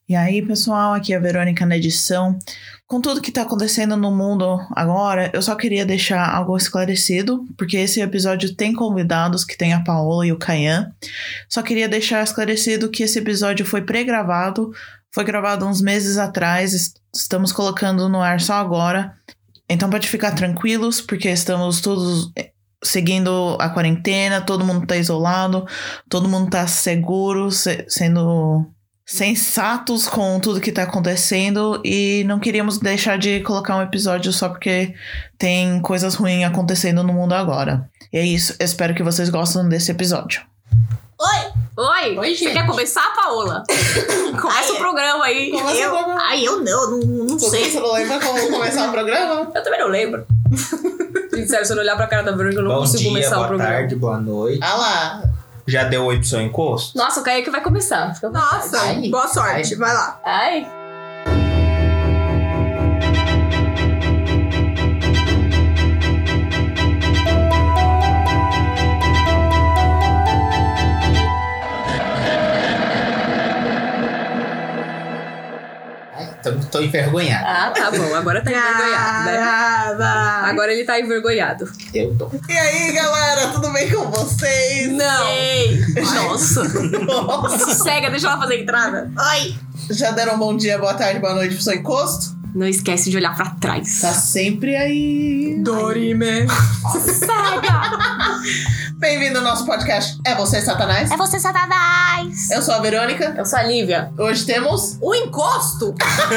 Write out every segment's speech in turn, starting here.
E aí, pessoal, aqui é a Verônica na edição. Com tudo que tá acontecendo no mundo agora, eu só queria deixar algo esclarecido, porque esse episódio tem convidados, que tem a Paola e o Caian. Só queria deixar esclarecido que esse episódio foi pré-gravado, foi gravado uns meses atrás, estamos colocando no ar só agora. Então pode ficar tranquilos, porque estamos todos seguindo a quarentena, todo mundo tá isolado, todo mundo tá seguro, sendo sensatos com tudo que tá acontecendo, e não queríamos deixar de colocar um episódio só porque tem coisas ruins acontecendo no mundo agora. E é isso, eu espero que vocês gostem desse episódio. Oi, gente. Você quer começar, Paola? Começa o programa aí. Eu não sei. Você não lembra como começar o programa? Eu também não lembro. Sincero, se eu não olhar pra cara da Verônica, eu não consigo começar o programa. Boa tarde, boa noite. Ah lá. Já deu oi pro seu encosto? Nossa, o Caio que vai começar. Fica à vontade. Nossa, Ai. boa sorte. Vai lá. Ai. Tô envergonhado. Ah, tá bom. Agora tá envergonhado, né? Agora ele tá envergonhado. Eu tô. E aí, galera, tudo bem com vocês? Não. Ei. Nossa. Nossa. Sossega, deixa ela fazer a entrada. Oi. Já deram um bom dia, boa tarde, boa noite pro seu encosto? Não esquece de olhar pra trás. Tá sempre aí. Dorime. Sossega. Bem-vindo ao nosso podcast É Você, Satanás? É você, Satanás. Eu sou a Verônica. Eu sou a Lívia. Hoje temos O encosto?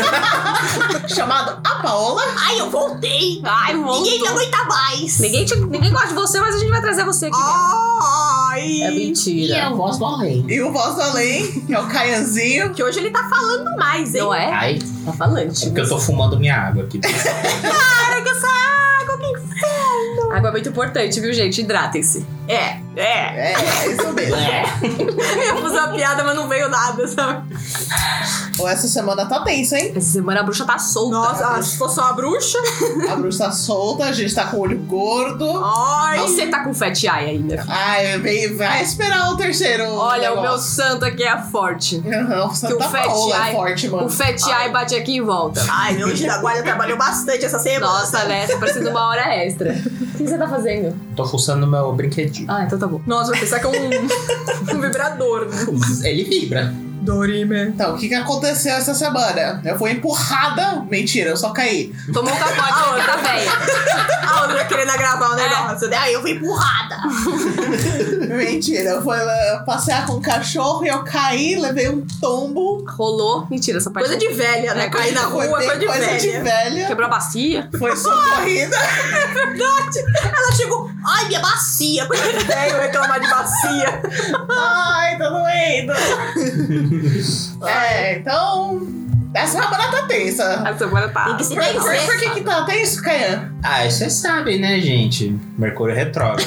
chamado a Paola. Ai, eu voltei. Ai, voltou. Ninguém me aguenta mais. Ninguém gosta de você, mas a gente vai trazer você aqui mesmo. Ai. É mentira. E eu voz do além. E o Voz do Além, que é o Caianzinho. Que hoje ele tá falando mais, hein? Não é? Ai, Tá falante. é porque eu tô fumando minha água aqui. Para com essa água, que inferno. Água é muito importante, viu, gente? Hidratem-se. É isso mesmo. Eu ia fazer uma piada, mas não veio nada, sabe? Ou essa semana tá tensa, hein? Essa semana a bruxa tá solta. Nossa, se fosse uma bruxa. A bruxa tá solta, a gente tá com o olho gordo. Ai. Você tá com fat eye ainda. Ai, vai esperar o terceiro. Olha, o meu negócio. santo aqui é forte. Não, Que Santa Paola é forte, mano. O fat eye bate aqui e volta. Ai, meu anjo da guarda trabalhou bastante essa semana. Nossa, né? Tá parecendo uma hora extra. O que você tá fazendo? Tô fuçando no meu brinquedinho. Ah, então tá bom. Nossa, vai pensar que é um vibrador, né? Ele vibra. Dorime. Então, o que aconteceu essa semana? Eu fui empurrada. Mentira, eu só caí. Tomou um capote porque tá velha. A outra querendo gravar um negócio. Daí eu fui empurrada. Mentira, eu fui passear com o cachorro e eu caí, levei um tombo. Rolou. Mentira, essa parte. Coisa de velha, né? Cair na rua, Foi bem coisa de velha. velha. Quebrou a bacia. Foi socorrida. Verdade. Ela chegou. Ai, minha bacia. Coisa de velho reclamar de bacia. Ai, tô doendo. Então... Essa semana tá tensa. A semana tá. Tem que se Por vencer. que tá tenso, Caian? Ah, você sabe, né, gente? Mercúrio retrógrado.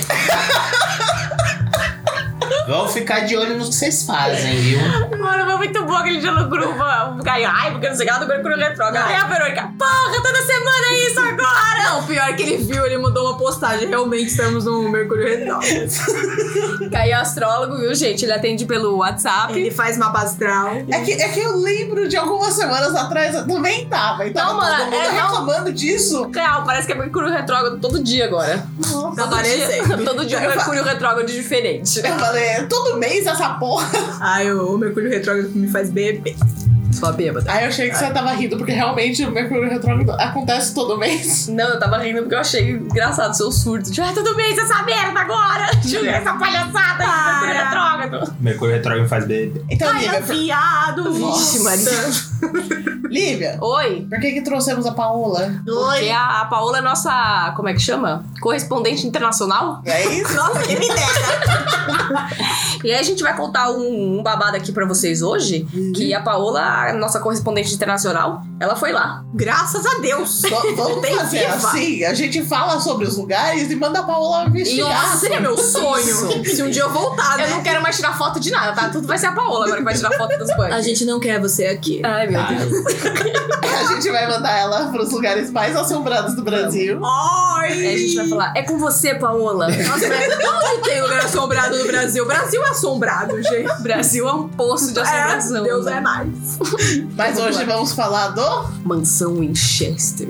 Vamos ficar de olho no que vocês fazem, viu? Mano, foi muito bom aquele dia no grupo. O Caio, ai, porque não sei o que lá do Mercúrio Retrógrado. Aí a Verônica, porra, toda semana é isso agora. Não, pior que ele viu, ele mandou uma postagem. Realmente estamos no Mercúrio Retrógrado. Caio é astrólogo, viu, gente? Ele atende pelo WhatsApp. Ele faz mapa astral. É que eu lembro de algumas semanas atrás, eu também tava. E tava Não, mano, todo mundo reclamando disso. Real, parece que é Mercúrio Retrógrado todo dia agora. Nossa, Tá Todo dia, parecendo. todo dia é Mercúrio Retrógrado diferente. eu falei, todo mês essa porra. Ai, o Mercúrio Retrógrado me faz beber. Só bêbada. Aí eu achei que você tava rindo, porque realmente o Mercúrio Retrógrado acontece todo mês. Não, eu tava rindo porque eu achei engraçado seu surto. Tipo, tudo bem, essa merda agora. Essa palhaçada aí, Mercúrio Retrógrado. Mercúrio retrógrado faz bebê. Então, Ai, Lívia, viado. Vixe, Maria. Lívia, Oi. por que trouxemos a Paola? Porque a Paola é nossa, como é que chama? Correspondente internacional. É isso? Nossa, que me dera. E aí a gente vai contar um babado aqui pra vocês hoje. Que a Paola, a nossa correspondente internacional, ela foi lá. Graças a Deus. Vamos Tem fazer viva. assim, a gente fala sobre os lugares e manda a Paola investigar. Nossa, seria meu sonho. Se um dia eu voltar, né? Eu não quero mais tirar foto de nada, tá? Tudo vai ser a Paola agora que vai tirar foto dos A bancos. gente não quer você aqui. Ai, A gente vai mandar ela pros lugares mais assombrados do Brasil. Ai! Aí a gente vai falar, é com você, Paola. Nossa, mas onde tem lugar assombrado no Brasil? O Brasil é assombrado, gente. O Brasil é um poço de assombração. Deus né? é mais. Mas hoje vamos falar do... Mansão Winchester.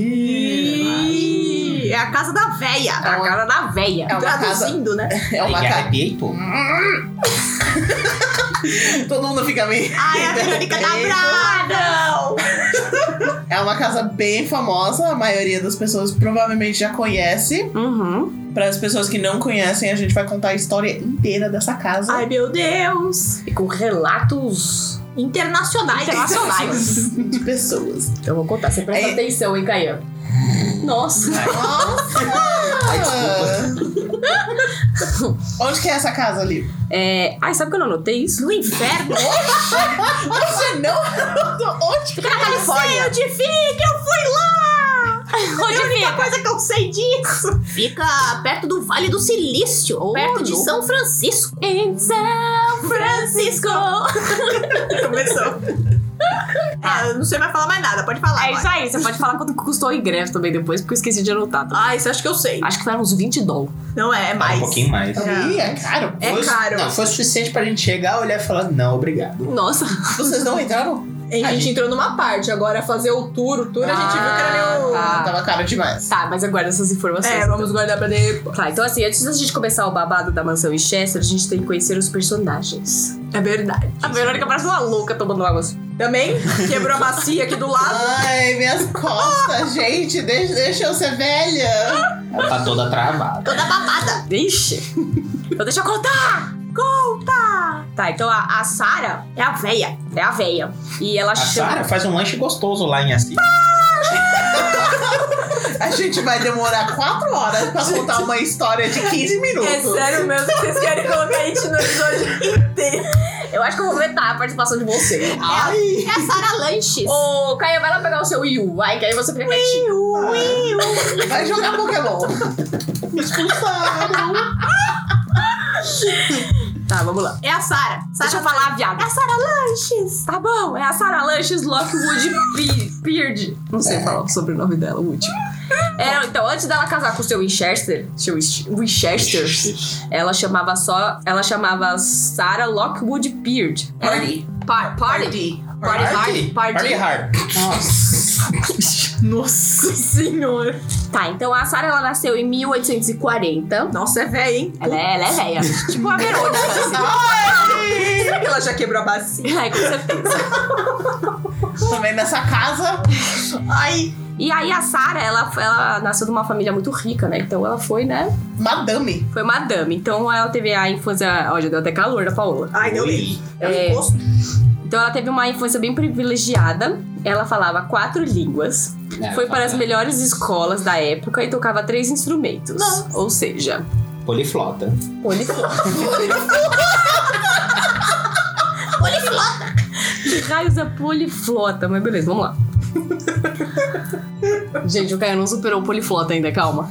É a casa da véia. A cara da véia. É uma Traduzindo, né? É uma casa... Arrepiei, pô. Todo mundo fica meio... Ai, a Verônica tá brava! É uma casa bem famosa, a maioria das pessoas provavelmente já conhece. Uhum. Para as pessoas que não conhecem, a gente vai contar a história inteira dessa casa. Ai, meu Deus! E com relatos Internacionais. De pessoas. Eu vou contar, você presta É. atenção, hein, Caio? Nossa. Nossa! Ai, desculpa. Onde que é essa casa ali? Ai, sabe que eu não anotei isso? No inferno? Você não? Onde? Fica na Califórnia. Onde fica? Eu fui lá! Onde a única fica? coisa que eu sei disso. Fica perto do Vale do Silício. perto de São Francisco. Em São Francisco. Começou. Eu não sei mais falar mais nada. Pode falar. É isso aí, você pode falar quanto custou o ingresso também depois, porque eu esqueci de anotar. Tá? Isso acho que eu sei. Acho que foi uns $20. Não é Um mais. pouquinho mais. Ih, é caro. É Foi- caro. Não, foi suficiente pra gente chegar, olhar e falar, não, obrigado. Nossa. Vocês não entraram? A gente entrou numa parte. Agora fazer o tour a gente viu que era meio... tá. Tava caro demais. Tá, mas agora essas informações. Vamos guardar pra depois. Tá, então assim, antes da gente começar o babado da mansão Winchester, a gente tem que conhecer os personagens. É verdade. A Verônica parece uma louca tomando água. Também quebrou a bacia aqui do lado. Ai, minhas costas, gente. Deixa eu ser velha. Ela tá toda travada. Toda babada. Ixi. Então deixa eu contar. Conta! Tá, então a Sarah É a véia. é a véia. E ela A chama... Sarah faz um lanche gostoso lá em Assis. A gente vai demorar 4 horas pra contar uma história de 15 minutos. É sério mesmo que vocês querem colocar a gente no episódio inteiro. Eu acho que eu vou vetar a participação de vocês. Ai, É a Sarah Lanches. Ô, Caio, vai lá pegar o seu Wii U. Vai, que aí você fica quietinho. vai jogar Pokémon. Me expulsaram. Tá, vamos lá. É a Sarah. Deixa eu falar, viado. É a Sarah Lanches. Tá bom, é a Sarah Lanches Lockwood Beard. Não sei falar o sobrenome dela, o último. Então, antes dela casar com o seu Winchester, ela chamava Sarah Lockwood Beard. Party. Party Party hard. Nossa senhora. Tá, então a Sarah, ela nasceu em 1840. Nossa, é velha, hein? Ela é velha. Tipo a Verônica, assim. Será que ela já quebrou a bacia? Ai, com certeza. Também nessa casa. Ai, E aí a Sarah, ela nasceu de uma família muito rica, né? Então ela foi, né? madame. Foi madame. Então ela teve a infância... Ó, já deu até calor da Paola. Ai, deu Ui. mesmo. É. É o imposto. Então ela teve uma infância bem privilegiada. Ela falava 4 línguas. Foi para as melhores escolas da época e tocava 3 instrumentos. Nossa. Ou seja, Poliflota. poliflota. Poliflota. Que raios é poliflota? Mas beleza, vamos lá. Gente, o Caio não superou o poliflota ainda, calma.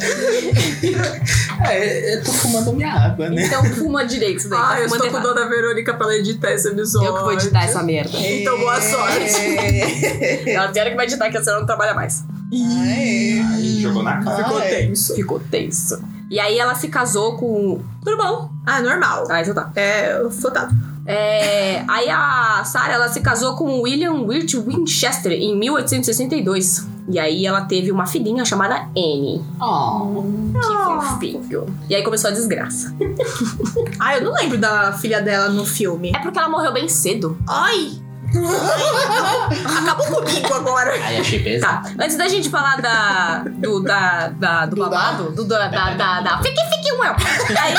Eu tô fumando minha água, né? Então fuma direito isso daí. Ai, tá eu estou fumando com errado. dor da Verônica pra ela editar esse episódio. Eu que vou editar essa merda. Então, boa sorte. Ela tem que vai editar que a senhora não trabalha mais. Ai. Aí jogou na cara. Ficou Ai. tenso. Ficou tenso. E aí ela se casou com... Tudo bom? Ah, normal. Ah, então tá. Flotado. Aí a Sarah, ela se casou com William Wirt Winchester em 1862. E aí ela teve uma filhinha chamada Anne. Que fofinho. E aí começou a desgraça. Ah, eu não lembro da filha dela no filme. É porque ela morreu bem cedo. Ai! Acabou comigo agora. Aí achei pesado. Tá, antes da gente falar do babado, da fique well. Aí,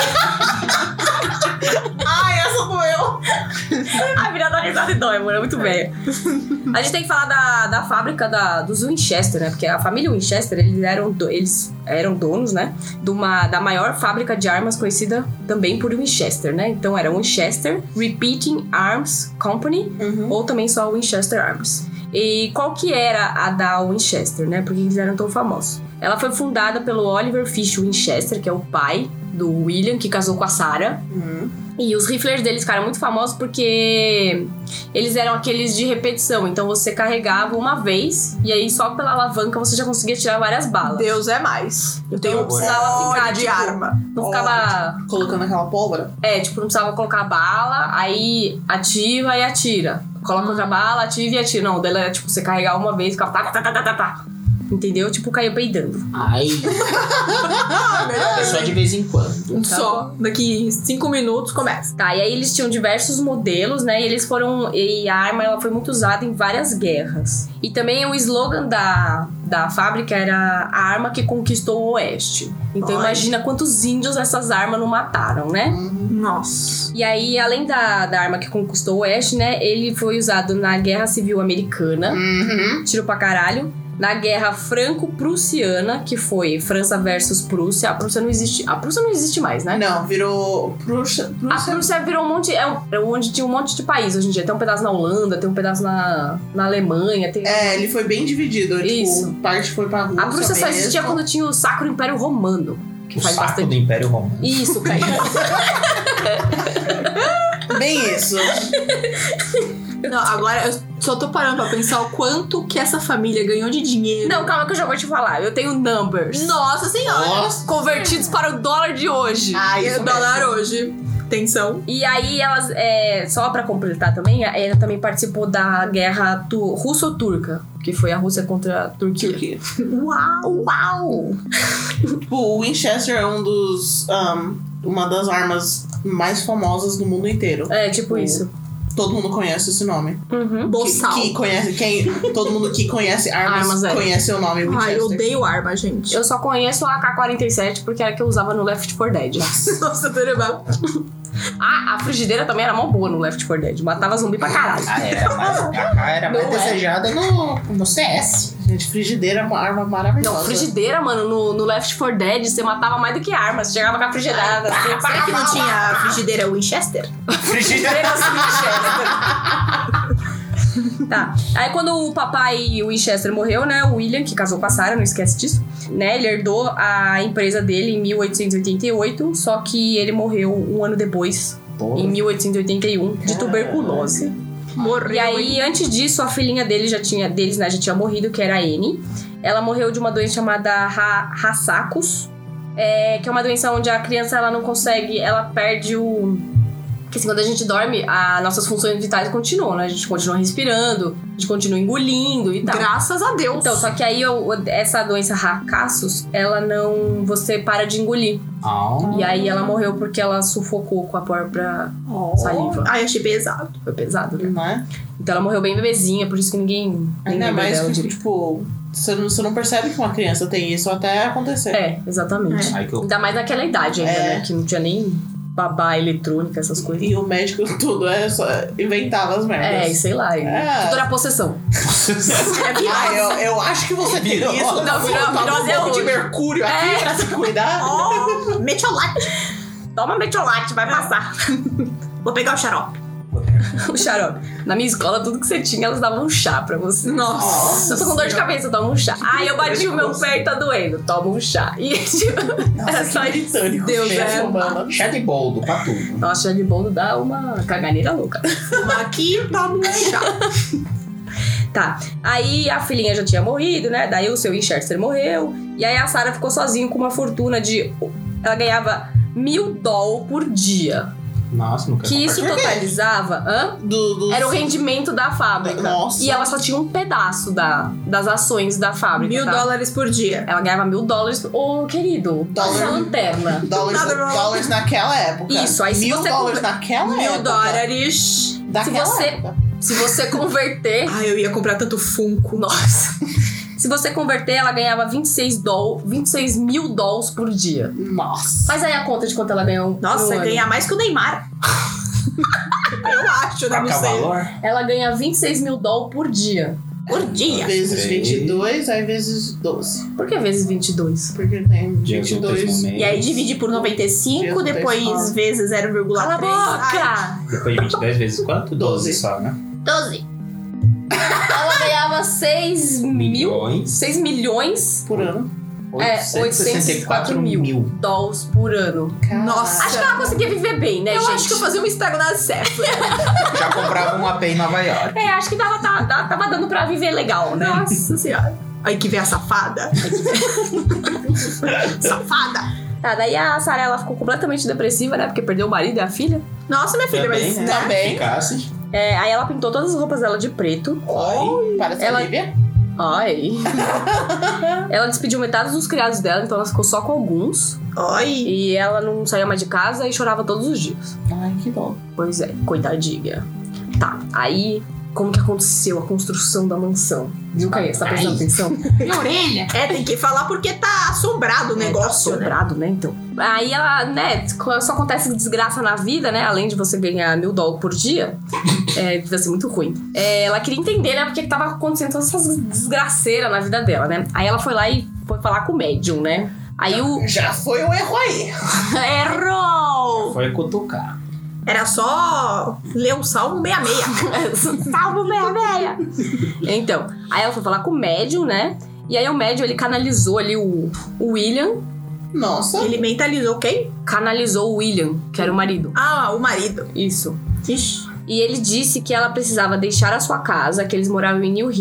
Ai, essa doeu. a vida da risada e dói, amor, é muito velha. A gente tem que falar da fábrica dos Winchester, né? Porque a família Winchester, eles eram donos, né? Da maior fábrica de armas conhecida também por Winchester, né? Então era Winchester Repeating Arms Company, ou também só Winchester Arms. E qual que era a da Winchester, né? Por que eles eram tão famosos? Ela foi fundada pelo Oliver Fish Winchester, que é o pai do William, que casou com a Sarah. E os rifles deles ficaram muito famosos porque eles eram aqueles de repetição. Então você carregava uma vez e aí só pela alavanca você já conseguia tirar várias balas. Deus é mais. Eu tenho Não precisava ficar de tipo, arma. Não ficava... Colocando aquela pólvora. Tipo, não precisava colocar bala, aí ativa e atira. Coloca outra bala, ativa e atira. Não, dela era tipo, você carregava uma vez e ficava tá. Entendeu? Tipo, caía peidando. Ai. Só de vez em quando. Só. Daqui 5 minutos começa. Tá, e aí eles tinham diversos modelos, né? E eles foram... E a arma, ela foi muito usada em várias guerras. E também o slogan da fábrica era a arma que conquistou o Oeste. Então imagina quantos índios essas armas não mataram, né? Nossa. E aí, além da arma que conquistou o Oeste, né? Ele foi usado na Guerra Civil Americana. Tirou pra caralho. Na Guerra Franco-Prussiana, que foi França versus Prússia. A Prússia não existe mais, né? Não, virou Prússia. A Prússia virou um monte... onde tinha um monte de país hoje em dia. Tem um pedaço na Holanda, tem um pedaço na Alemanha. Tem... ele foi bem dividido. Isso. Tipo, parte foi pra Rússia. A Prússia só mesmo. existia quando tinha o Sacro Império Romano. Que O faz saco bastante... do Império Romano. Isso, Caio. Bem isso. Não, agora eu só tô parando pra pensar o quanto que essa família ganhou de dinheiro. Não, calma que eu já vou te falar. Eu tenho numbers. Nossa senhora. Nossa. Convertidos para o dólar de hoje. Isso Dólar hoje. Atenção. E aí elas, só pra completar também, ela também participou da guerra russo-turca, que foi a Rússia contra a Turquia. Turquia. Uau. O Winchester é uma das armas mais famosas do mundo inteiro. É, tipo isso. Todo mundo conhece esse nome. Uhum. Boçal. Todo mundo que conhece armas conhece o nome Winchester. Ai, eu odeio arma, gente. Eu só conheço a AK-47 porque era a que eu usava no Left 4 Dead. Nossa, Terebá. A frigideira também era mó boa no Left 4 Dead. Matava zumbi pra caralho. A era mais Não é. desejada no CS. Gente, frigideira é uma arma maravilhosa. Não, frigideira, mano, no Left 4 Dead você matava mais do que arma. Você chegava com a frigideira assim, Será que não tinha frigideira Winchester? Frigideira Winchester. Tá. Aí quando o papai Winchester morreu, né? O William, que casou com a Sarah, não esquece disso. Né, ele herdou a empresa dele em 1888, só que ele morreu um ano depois, em 1881, de tuberculose. Morreu. E aí, antes disso, a filhinha deles já tinha morrido, que era a Annie. Ela morreu de uma doença chamada Rhasacus, que é uma doença onde a criança ela não consegue, ela perde o... Porque assim, quando a gente dorme, as nossas funções vitais continuam, né? A gente continua respirando, a gente continua engolindo e tal. Graças a Deus. Então, só que aí essa doença Rhasacus, ela não... Você para de engolir. E aí ela morreu porque ela sufocou com a própria saliva. Ai, achei pesado. Foi pesado, né? Não é? Então ela morreu bem bebezinha, por isso que ninguém Ainda lembra mais dela que, direito. tipo, você não percebe que uma criança tem isso até acontecer. Exatamente. Ainda mais naquela idade ainda, né? Que não tinha nem babá eletrônica, essas coisas. E o médico tudo só inventava as merdas. Sei lá. Tudo era possessão. Eu acho que você tem Virou. isso. Não, virou um até pouco de hoje. mercúrio aqui pra se cuidar. Oh, metiolate. Toma metiolate, vai passar. Vou pegar o xarope. O xarope. Na minha escola, tudo que você tinha, elas davam um chá pra você. Nossa. Eu tô com dor de cabeça, toma um chá. Eu bati o meu pé e tá doendo. Toma um chá. E tipo, era só isso. Britânico Deus mesmo, mano. Chá de boldo pra tudo. Nossa, chá de boldo dá uma caganeira louca. Aqui toma um chá. Tá. Aí a filhinha já tinha morrido, né? Daí o seu Winchester morreu. E aí a Sarah ficou sozinha com uma fortuna de... Ela ganhava $1.000 por dia. Nossa, nunca Que isso totalizava... Era o rendimento da fábrica. Nossa. E ela só tinha um pedaço das ações da fábrica. $1.000 por dia. Ela ganhava $1.000. Ô, querido, passa a lanterna. Dólares naquela época. Isso, aí se você $1.000 naquela época. $1.000. Daquela época. Se você converter... Ai, eu ia comprar tanto Funko. Nossa. Se você converter, ela ganhava $26.000 por dia. Nossa. Faz aí a conta de quanto ela ganhou. Nossa, no ganhar ano. mais que o Neymar. Eu acho, né? Não sei. valor? Ela ganha $26.000 por dia. Por dia. Vezes 22, aí vezes 12. Por que vezes 22? Porque tem Dias úteis no 22. mês. E aí divide por 95, depois vezes 0,3. Cala a boca! Depois de 22 vezes quanto? 12 só, né? 12. Ela ganhava 6 Milhões. milhões Por ano. 864 mil dólares por ano. Nossa. Acho que ela conseguia viver bem, né, Eu gente? acho que eu fazia um estrago na céfala. Já comprava um AP em Nova York. Acho que tava dando pra viver legal, né? Nossa senhora. Aí que vem a safada. Safada. Tá, daí a Sarah, ela ficou completamente depressiva, né? Porque perdeu o marido e a filha. Nossa, minha filha, Também, mas... né? Também. Ficasse. Aí ela pintou todas as roupas dela de preto. Parece Ela- a Lívia. Ai. Ela despediu metade dos criados dela, então ela ficou só com alguns. Oi. E ela não saía mais de casa e chorava todos os dias. Ai, que dó. Pois é, coitadinha. Tá, aí... Como que aconteceu a construção da mansão? Viu, Caia? Você tá prestando atenção? Minha orelha. Tem que falar porque tá assombrado o negócio, tá assombrado, né? Então. Aí ela, né, só acontece desgraça na vida, né? Além de você ganhar $1.000 por dia. Vai ser muito ruim. Ela queria entender, né? Porque que tava acontecendo todas essas desgraceiras na vida dela, né? Aí ela foi lá e foi falar com o médium, né? Aí Já foi um erro aí. Errou! Foi cutucar. Era só ler o Salmo 66. Salmo 66! Então, aí ela foi falar com o médium, né? E aí o médium, ele canalizou ali o William. Nossa. Ele mentalizou quem? Canalizou o William, que era o marido. Ah, o marido. Isso. Ixi. E ele disse que ela precisava deixar a sua casa, que eles moravam em New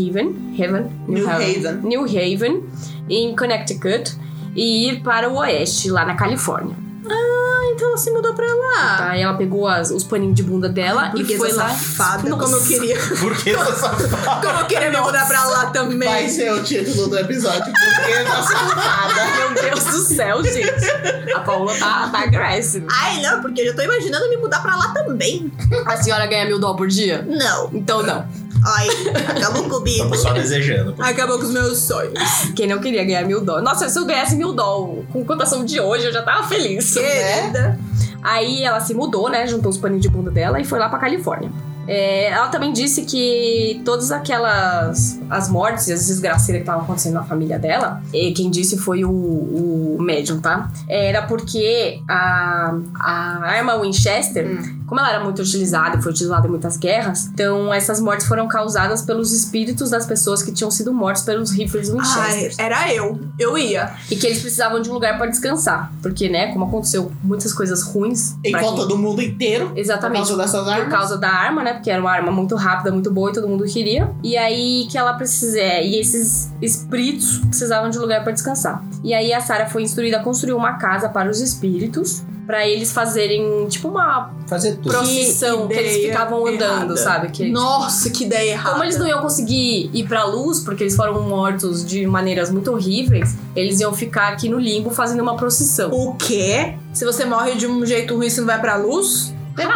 Haven, em Connecticut, e ir para o oeste, lá na Califórnia. Então ela se mudou pra lá. Aí ela pegou os paninhos de bunda dela e foi lá. Safada, Nossa. como eu queria. Por que essa safada? Como eu queria me mudar pra lá também. Vai ser o título do episódio. Porque essa safada. Meu Deus do céu, gente. A Paula tá agressiva. Ai, não, porque eu já tô imaginando me mudar pra lá também. A senhora ganha $1.000 por dia? Não. Então não. Ai, acabou comigo. Estamos só desejando. Acabou com os meus sonhos. Quem não queria ganhar $1.000? Nossa, se eu ganhasse $1.000 com cotação de hoje, eu já tava feliz. Querida. Aí ela se mudou, né? Juntou os paninhos de bunda dela e foi lá pra Califórnia. Ela também disse que todas aquelas... As mortes e as desgraceiras que estavam acontecendo na família dela, quem disse foi o médium, tá? Era porque a arma Winchester, como ela era muito utilizada e foi utilizada em muitas guerras, então essas mortes foram causadas pelos espíritos das pessoas que tinham sido mortas pelos rifles Winchester. Ai, era eu. Eu ia. E que eles precisavam de um lugar pra descansar. Porque, né, como aconteceu muitas coisas ruins... Em pra conta quem- do mundo inteiro. Exatamente. Por causa dessas armas. Por causa da arma, né? Porque era uma arma muito rápida, muito boa e todo mundo queria. E aí que ela precisa... E esses espíritos precisavam de um lugar pra descansar. E aí a Sarah foi instruída a construir uma casa para os espíritos, pra eles fazerem, tipo, uma Fazer tudo. procissão que eles ideia ficavam andando, errada. sabe? Que, Nossa, que ideia errada. como eles não iam conseguir ir pra luz, porque eles foram mortos de maneiras muito horríveis, eles iam ficar aqui no limbo fazendo uma procissão. O quê? Se você morre de um jeito ruim, você não vai pra luz?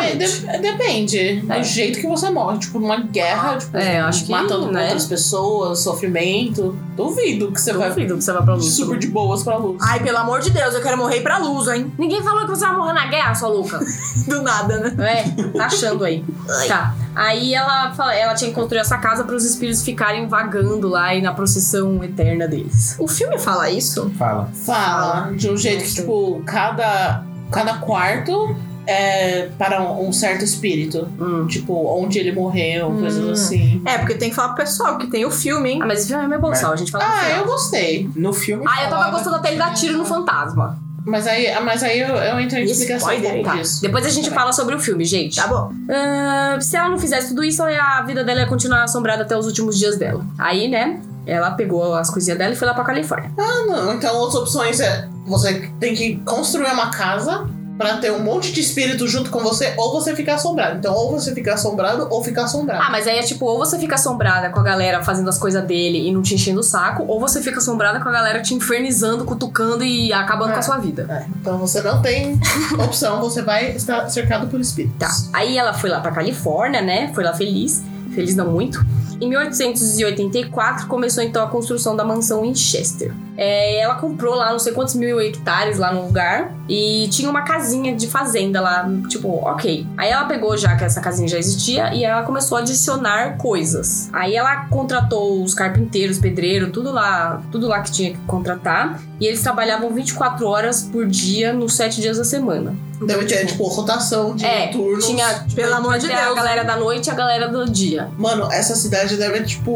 Depende do jeito que você morre. Tipo, numa guerra, tipo, acho que, matando né? outras pessoas, sofrimento. Duvido que você vai Duvido que você vai pra luz. super de boas pra luz. Ai, pelo amor de Deus, eu quero morrer pra luz, hein? Ninguém falou que você vai morrer na guerra, sua louca. Do nada, né? Tá achando aí. Tá. Aí ela tinha que construir essa casa para os espíritos ficarem vagando lá e na procissão eterna deles. O filme fala isso? Fala. Fala de um jeito que, tipo, cada quarto é para um certo espírito. Tipo, onde ele morreu, coisas assim. É, porque tem que falar pro pessoal que tem o filme, hein? Ah, mas esse filme é meio bolsal, a gente fala no Ah, final. eu gostei. No filme. Ah, eu tava falava gostando até ele dar tiro no fantasma. Mas aí eu entro em explicação um Spoiler, pouco Tá. disso. Depois a gente fala sobre o filme, gente. Tá bom. Se ela não fizesse tudo isso, a vida dela ia continuar assombrada até os últimos dias dela. Aí, né, ela pegou as coisinhas dela e foi lá pra Califórnia. Ah, não. Então, outras opções é... Você tem que construir uma casa pra ter um monte de espírito junto com você, ou você ficar assombrado. Então, ou você fica assombrado, ou ficar assombrado. Ah, mas aí é tipo, ou você fica assombrada com a galera fazendo as coisas dele e não te enchendo o saco, ou você fica assombrada com a galera te infernizando, cutucando e acabando com a sua vida. Então, você não tem opção, você vai estar cercado por espíritos. Tá. Aí ela foi lá pra Califórnia, né? Foi lá feliz. Feliz não muito. Em 1884, começou então a construção da mansão Winchester. Ela comprou lá não sei quantos 1.000 hectares lá no lugar e tinha uma casinha de fazenda lá, tipo, ok. Aí ela pegou já que essa casinha já existia e ela começou a adicionar coisas. Aí ela contratou os carpinteiros, pedreiros, tudo lá que tinha que contratar. E eles trabalhavam 24 horas por dia, nos 7 dias da semana. Deve ter, tipo, rotação de turnos. Tinha, Pelo amor de a Deus, galera da noite e a galera do dia. Mano, essa cidade deve, tipo,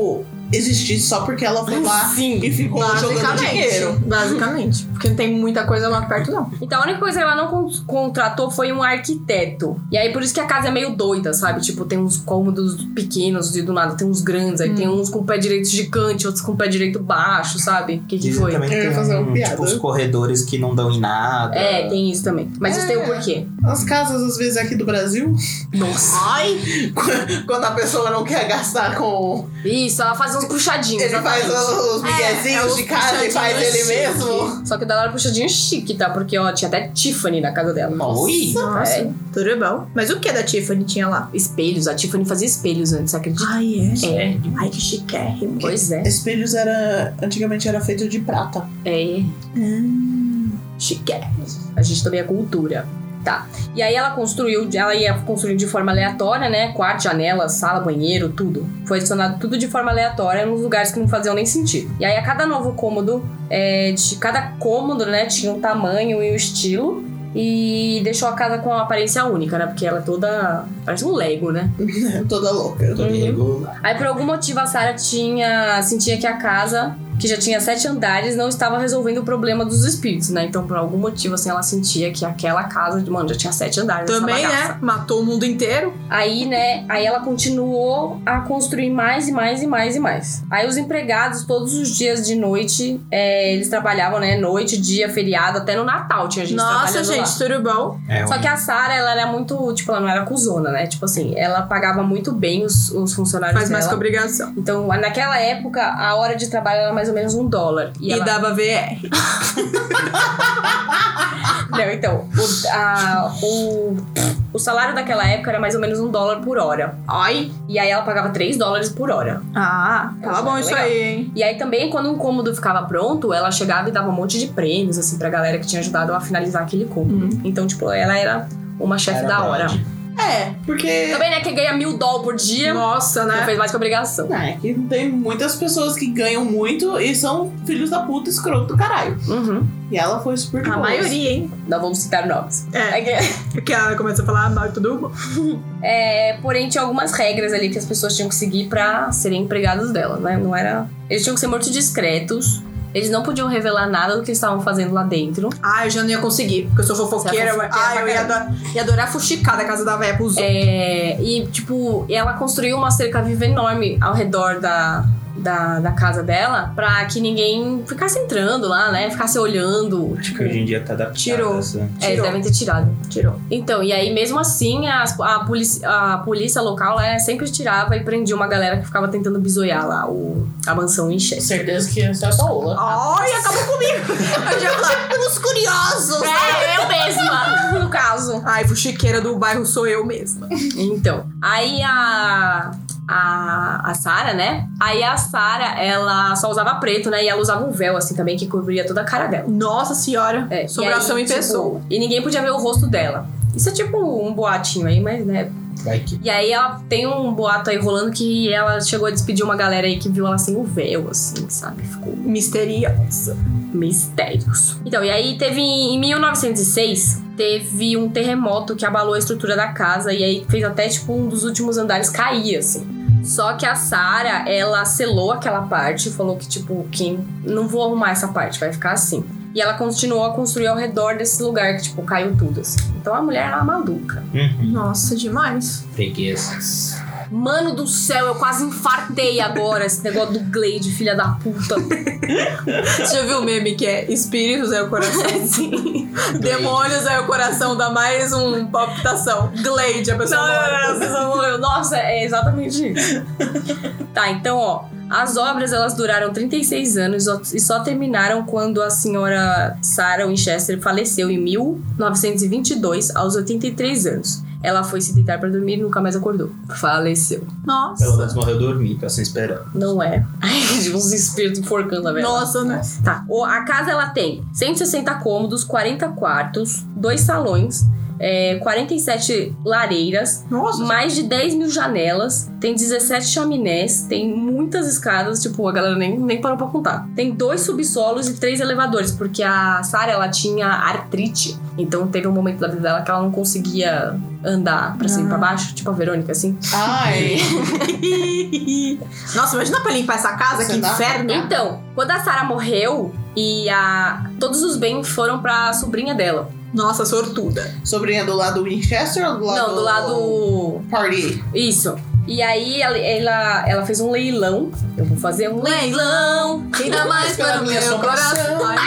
existir só porque ela foi lá e ficou jogando dinheiro. Basicamente. Porque não tem muita coisa lá perto, não. Então a única coisa que ela não contratou foi um arquiteto. E aí por isso que a casa é meio doida, sabe? Tipo, tem uns cômodos pequenos e do nada tem uns grandes. Aí tem uns com o pé direito gigante, outros com o pé direito baixo, sabe? O que foi? Também Eu ia tem fazer uma piada. tipo, os corredores que não dão em nada. É, tem isso também. Mas isso tem o porquê. As casas, às vezes, aqui do Brasil, Nossa. Ai! quando a pessoa não quer gastar com... Isso, ela faz uns puxadinhos. Ele faz os miguezinhos de casa e faz ele mesmo. Só que dela era puxadinho chique, tá? Porque, ó, tinha até Tiffany na casa dela. Oi! Nossa, É. tudo bom. Mas o que da Tiffany tinha lá? Espelhos. A Tiffany fazia espelhos antes, você acredita? Ai, é? É. Ai, que chiquérrimo. Pois é. Espelhos antigamente era feito de prata. É. Chiquérrimo. A gente também é cultura. Tá. E aí ela ia construindo de forma aleatória, né? Quarto, janela, sala, banheiro, tudo. Foi adicionado tudo de forma aleatória nos lugares que não faziam nem sentido. E aí a cada novo cômodo, cada cômodo, né, tinha um tamanho e um estilo. E deixou a casa com uma aparência única, né? Porque ela é toda... parece um Lego, né? Toda louca. Aí por algum motivo a Sarah sentia que a casa, que já tinha 7 andares, não estava resolvendo o problema dos espíritos, né? Então por algum motivo, assim, ela sentia que aquela casa, mano, já tinha 7 andares. Também, né? Matou o mundo inteiro. Aí, né? Aí ela continuou a construir mais e mais e mais e mais. Aí os empregados, todos os dias de noite, eles trabalhavam, né? Noite, dia, feriado, até no Natal tinha gente trabalhando lá. Nossa, gente, tudo bom? Só que a Sarah, ela era muito... tipo, ela não era cuzona, né? Tipo assim, ela pagava muito bem os funcionários Faz dela. mais que obrigação. Então, naquela época, a hora de trabalho era mais ou menos $1. E ela... dava VR. Não, então, o salário daquela época era mais ou menos $1 por hora. Ai. E aí ela pagava $3 por hora. Ah, tava bom isso legal. aí, hein? E aí também, quando um cômodo ficava pronto, ela chegava e dava um monte de prêmios, assim, pra galera que tinha ajudado a finalizar aquele cômodo. Então, tipo, ela era uma chefe da hora. Porque... Também, né, que ganha $1.000 por dia. Nossa, Não né? fez mais que obrigação. É que tem muitas pessoas que ganham muito e são filhos da puta escroto do caralho. Uhum. E ela foi super de A boas. maioria, hein? Não vamos citar nomes. Porque ela começa a falar mal e tudo. Porém, tinha algumas regras ali que as pessoas tinham que seguir pra serem empregados dela, né? Não era... Eles tinham que ser muito discretos. Eles não podiam revelar nada do que eles estavam fazendo lá dentro. Ah, eu já não ia conseguir, porque eu sou fofoqueira. Você é fofoqueira Eu ia adorar fuxicar da casa da véia pros outros. E, tipo, ela construiu uma cerca viva enorme ao redor da casa dela pra que ninguém ficasse entrando lá, né? Ficasse olhando. Acho que hoje em dia tá adaptado. Tirou. Eles devem ter tirado. Tirou. Então, e aí mesmo assim, a polícia local, né, sempre tirava e prendia uma galera que ficava tentando bisoiar lá a mansão em Chester. Certeza que essa é a Paola. Ai, acabou comigo. Eu já ia falar, os curiosos. Eu mesma, no caso. Ai, fuxiqueira do bairro sou eu mesma. Então, aí a Sarah, né? Aí a Sarah, ela só usava preto, né? E ela usava um véu, assim, também, que cobria toda a cara dela. Nossa senhora. Sobração e aí, em pessoa. E ninguém podia ver o rosto dela. Isso é tipo um boatinho aí, mas, né... Vai que... E aí ela tem um boato aí rolando que ela chegou a despedir uma galera aí que viu ela sem o véu, assim, sabe? Ficou Misteriosa. mistérios. Então, e aí teve em 1906, teve um terremoto que abalou a estrutura da casa e aí fez até, tipo, um dos últimos andares cair, assim. Só que a Sarah, ela selou aquela parte, falou que, tipo, que não vou arrumar essa parte, vai ficar assim. E ela continuou a construir ao redor desse lugar que, tipo, caiu tudo, assim. Então a mulher era maluca. Nossa, demais. Preguiças. Mano do céu, eu quase infartei agora esse negócio do Glade, filha da puta. Você já viu o meme que é espíritos é o coração? Sim. Demônios é o coração, dá mais uma palpitação. Glade, a pessoa morre. Nossa, é exatamente isso. Tá, então, ó. As obras, elas duraram 36 anos e só terminaram quando a senhora Sarah Winchester faleceu em 1922, aos 83 anos. Ela foi se deitar pra dormir e nunca mais acordou. Faleceu. Nossa. Pelo menos morreu dormir, tá sem esperando. Não é. Ai, uns espíritos enforcando a velha. Nossa, né? Tá. A casa, ela tem 160 cômodos, 40 quartos, 2 salões, 47 lareiras, Nossa. mais de 10 mil janelas, tem 17 chaminés, tem muitas escadas, tipo, a galera nem parou pra contar. Tem 2 subsolos e 3 elevadores, porque a Sarah, ela tinha artrite, então teve um momento da vida dela que ela não conseguia andar pra cima e pra baixo, tipo a Verônica, assim. Ai. Nossa, imagina pra limpar essa casa, Você que dá- inferno. Então, quando a Sarah morreu e todos os bens foram pra sobrinha dela. Nossa, sortuda. Sobrinha do lado do Winchester ou do lado Não, do lado... Party? Isso. E aí ela fez um leilão. Eu vou fazer um leilão. Ainda mais para o minha meu assombração. coração.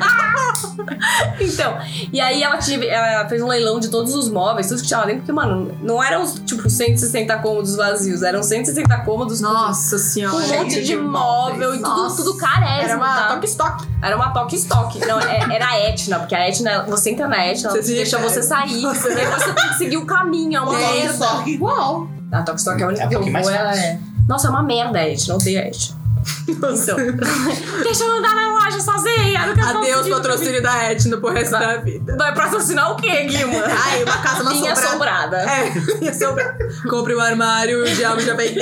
Então, e aí ela fez um leilão de todos os móveis, tudo que tinha lá dentro, porque, mano, não eram tipo 160 cômodos vazios, eram 160 cômodos Nossa com senhora. um monte cheio de de móvel e Nossa. tudo carésimo. Era uma tá? top stock. Era uma Tok Stock. Não, era a Etna, porque a Etna, você entra na Etna, ela Você deixa você sair. E aí você tem que seguir o caminho, é uma Uma merda. só que igual. A Tok Stock é a única É um que eu pouquinho vou, mais ela fácil. é... Nossa, é uma merda a Etna, eu odeio a Etna. Então, deixa eu andar na loja sozinha. Não quero Adeus, conseguir- patrocínio da Etna pro resto da vida. Vai patrocinar o quê, Guilma? Ai, uma casa, uma Linha assombrada. assombrada. Linha assombrada. Compre um armário, o diabo já vem.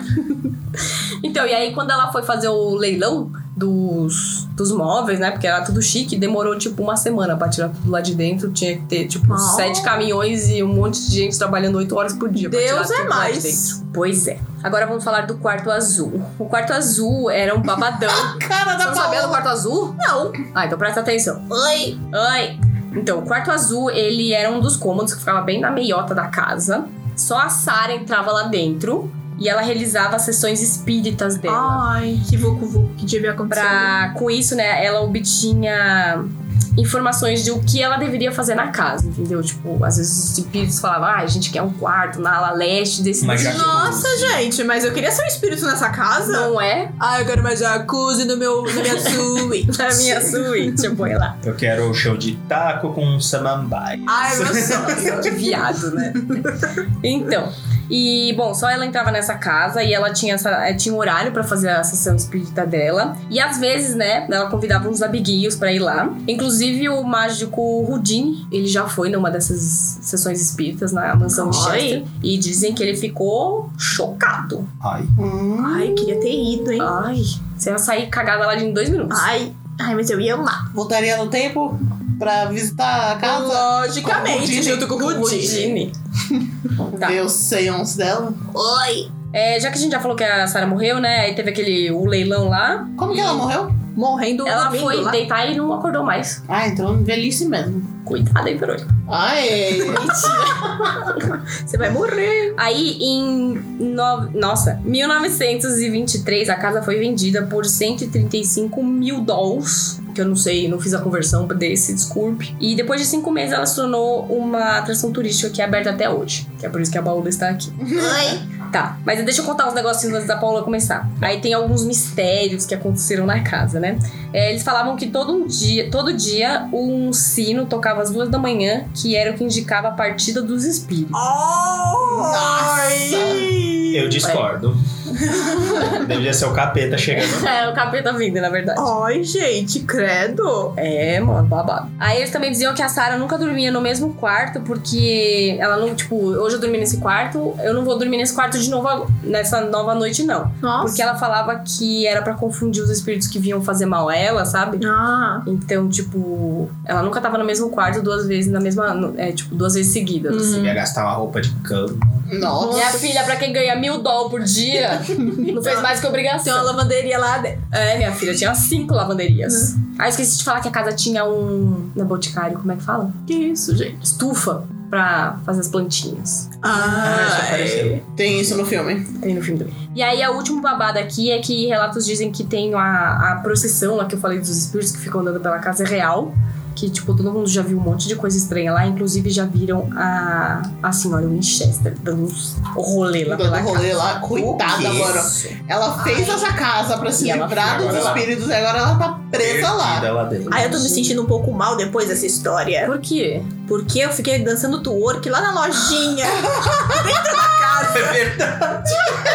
Então, e aí quando ela foi fazer o leilão dos móveis, né? Porque era tudo chique, demorou tipo uma semana pra tirar tudo lá de dentro. Tinha que ter tipo 7 caminhões e um monte de gente trabalhando 8 horas por dia pra Deus tirar é tudo lá de mais. dentro. Pois é. Agora vamos falar do quarto azul. O quarto azul era um babadão. Cara Você da não sabia do Paola. quarto azul? Não. Ah, então presta atenção. Oi. Oi! Então, o quarto azul, ele era um dos cômodos que ficava bem na meiota da casa. Só a Sarah entrava lá dentro e ela realizava as sessões espíritas dela. Ai, que vucu-vucu que devia acontecer. Com isso, né, ela obtinha informações de o que ela deveria fazer na casa, entendeu? Tipo, às vezes os espíritos falavam, a gente quer um quarto na ala leste desse Mas desse já- Nossa, gente, mas eu queria ser um espírito nessa casa. não é? Ai, eu quero mais jacuzzi na minha suíte. Na minha suíte, eu ponho lá. Eu quero o show de taco com samambaia. Ai, meu sonho. Que viado, né? Então, e bom, só ela entrava nessa casa e ela tinha um horário pra fazer a sessão espírita dela. E às vezes, né, ela convidava uns amiguinhos pra ir lá. Inclusive o mágico Houdini, ele já foi numa dessas sessões espíritas na mansão Ai. Chester. E dizem que ele ficou chocado. Ai. Ai, queria ter ido, hein? Ai, você ia sair cagada lá em 2 minutos. Ai, mas eu ia amar. Voltaria no tempo pra visitar a casa? Logicamente, Com o Houdini. junto com o Houdini. Tá. Ver os seance dela. Oi. Já que a gente já falou que a Sarah morreu, né? Aí teve o leilão lá. Como que ela morreu? Morrendo Ela dormindo foi lá. deitar e não acordou mais. Ah, então velhice mesmo. Cuidado aí, Verônica. Ai. Você vai morrer. Aí, em 1923, a casa foi vendida por 135 mil dólares. Que eu não sei, não fiz a conversão desse, desculpe. E depois de 5 meses, ela se tornou uma atração turística que é aberta até hoje. Que é por isso que a Paola está aqui. Oi. Tá, mas deixa eu contar uns negocinhos antes da Paola começar. Aí tem alguns mistérios que aconteceram na casa, né? Eles falavam que todo dia um sino tocava às 2 da manhã, que era o que indicava a partida dos espíritos. Eu discordo. Deveria ser o capeta chegando. É, o capeta vindo, na verdade. Ai, gente, credo. É, mano, babado. Aí eles também diziam que a Sarah nunca dormia no mesmo quarto, porque ela não, tipo, hoje eu dormi nesse quarto, eu não vou dormir nesse quarto de novo nessa nova noite, não. Nossa. Porque ela falava que era pra confundir os espíritos que vinham fazer mal a ela, sabe? Ah. Então, tipo, ela nunca tava no mesmo quarto 2 vezes na mesma. 2 vezes seguidas. Você assim. ia gastar uma roupa de cama. Nossa. Minha filha, pra quem ganha $1.000 por dia, não fez mais que Tem uma obrigação. lavanderia lá dentro. É, minha filha, tinha 5 lavanderias. Ah, eu esqueci de falar que a casa tinha na Boticário, como é que fala? Que isso, gente? Estufa pra fazer as plantinhas. isso Ah, apareceu. Tem isso no filme. Tem no filme também. E aí, a última babada aqui é que relatos dizem que tem a procissão lá que eu falei dos espíritos que ficam andando pela casa é real. Que, tipo, todo mundo já viu um monte de coisa estranha lá. Inclusive, já viram a senhora Winchester dando o rolê lá Dando pela rolê casa. lá. Coitada, quê? mano. Ela fez essa casa pra se E ela livrar dos agora ela- espíritos e agora ela tá presa lá. Perdida lá dentro. Ai, eu tô me sentindo um pouco mal depois dessa história. Por quê? Porque eu fiquei dançando twerk lá na lojinha. Dentro da casa. É verdade.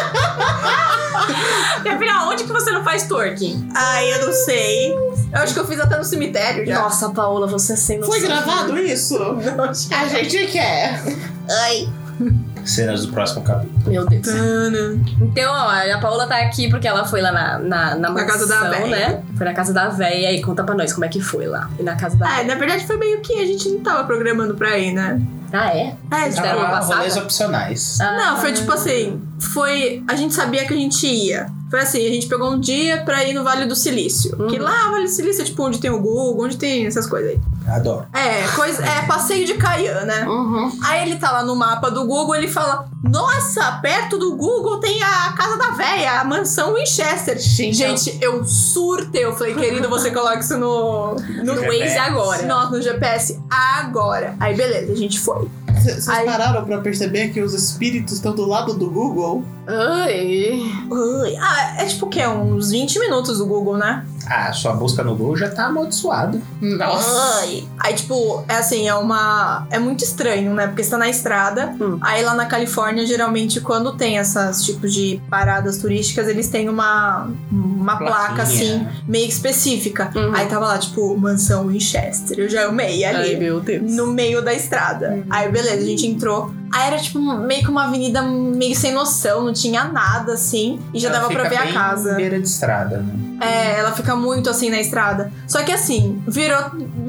Minha filha, onde que você não faz twerking? Ai, eu não sei. Eu acho que eu fiz até no cemitério já. Nossa, Paola, você sem noção. Foi gravado isso? A gente quer. Ai. Cenas do próximo capítulo. Meu Deus. Então, ó, a Paola tá aqui porque ela foi lá na mansão, casa da véia. né? Foi na casa da véia e conta pra nós como é que foi lá. E na casa da véia. Na verdade foi meio que a gente não tava programando pra ir, né? Ah, é? É, Vocês deram uma passada? Rolês opcionais. Não, foi tipo assim, a gente sabia que a gente ia. Foi assim, a gente pegou um dia pra ir no Vale do Silício. Que lá, o Vale do Silício é tipo onde tem o Google, onde tem essas coisas aí. Adoro. É passeio de Cayenne, né? Aí ele tá lá no mapa do Google, ele fala: nossa, perto do Google tem a casa da véia, a mansão Winchester. Gente, eu surtei. Eu falei, querido, você coloca isso no Waze agora. Nossa, no GPS agora. Aí beleza, a gente foi. Vocês pararam pra perceber que os espíritos estão do lado do Google? Ai. É tipo o quê? Uns 20 minutos do Google, né? Sua busca no Google já tá amaldiçoada. Nossa! Aí, tipo, é assim, é muito estranho, né? Porque você tá na estrada. Aí lá na Califórnia, geralmente, quando tem esses tipos de paradas turísticas, eles têm uma placa, assim, meio específica. Aí tava lá, tipo, mansão Winchester. Eu já amei ali. Ai, meu Deus. No meio da estrada. Aí, beleza, a gente entrou. Aí era, tipo, meio que uma avenida meio sem noção, não tinha nada, assim. E já Ela dava pra ver fica a casa. bem beira de estrada, né? Ela fica muito assim na estrada. Só que assim, virou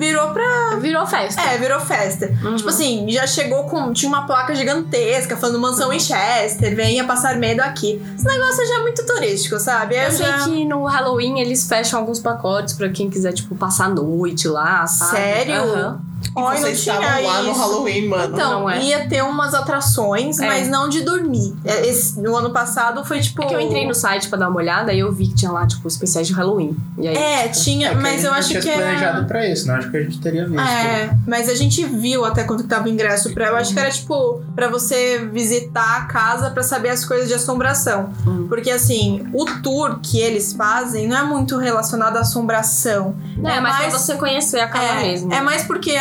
festa. Virou festa. Tipo assim, já chegou tinha uma placa gigantesca falando mansão Winchester, venha passar medo aqui. Esse negócio já é muito turístico, sabe? Eu sei que no Halloween eles fecham alguns pacotes pra quem quiser, tipo, passar a noite lá, sabe? Sério? E vocês estavam lá no Halloween, mano. Então, Não é? ia ter umas atrações, mas não de dormir. No ano passado foi tipo... É que eu entrei no site pra dar uma olhada e eu vi que tinha lá, tipo, especiais de Halloween. E aí, tinha, mas eu acho que era... planejado era... pra isso, não acho que a gente teria visto. Mas a gente viu até quanto que tava o ingresso pra... Eu acho que era, tipo, pra você visitar a casa pra saber as coisas de assombração. Porque, assim, o tour que eles fazem não é muito relacionado à assombração. É mais pra você conhecer a casa mesmo. É mais porque,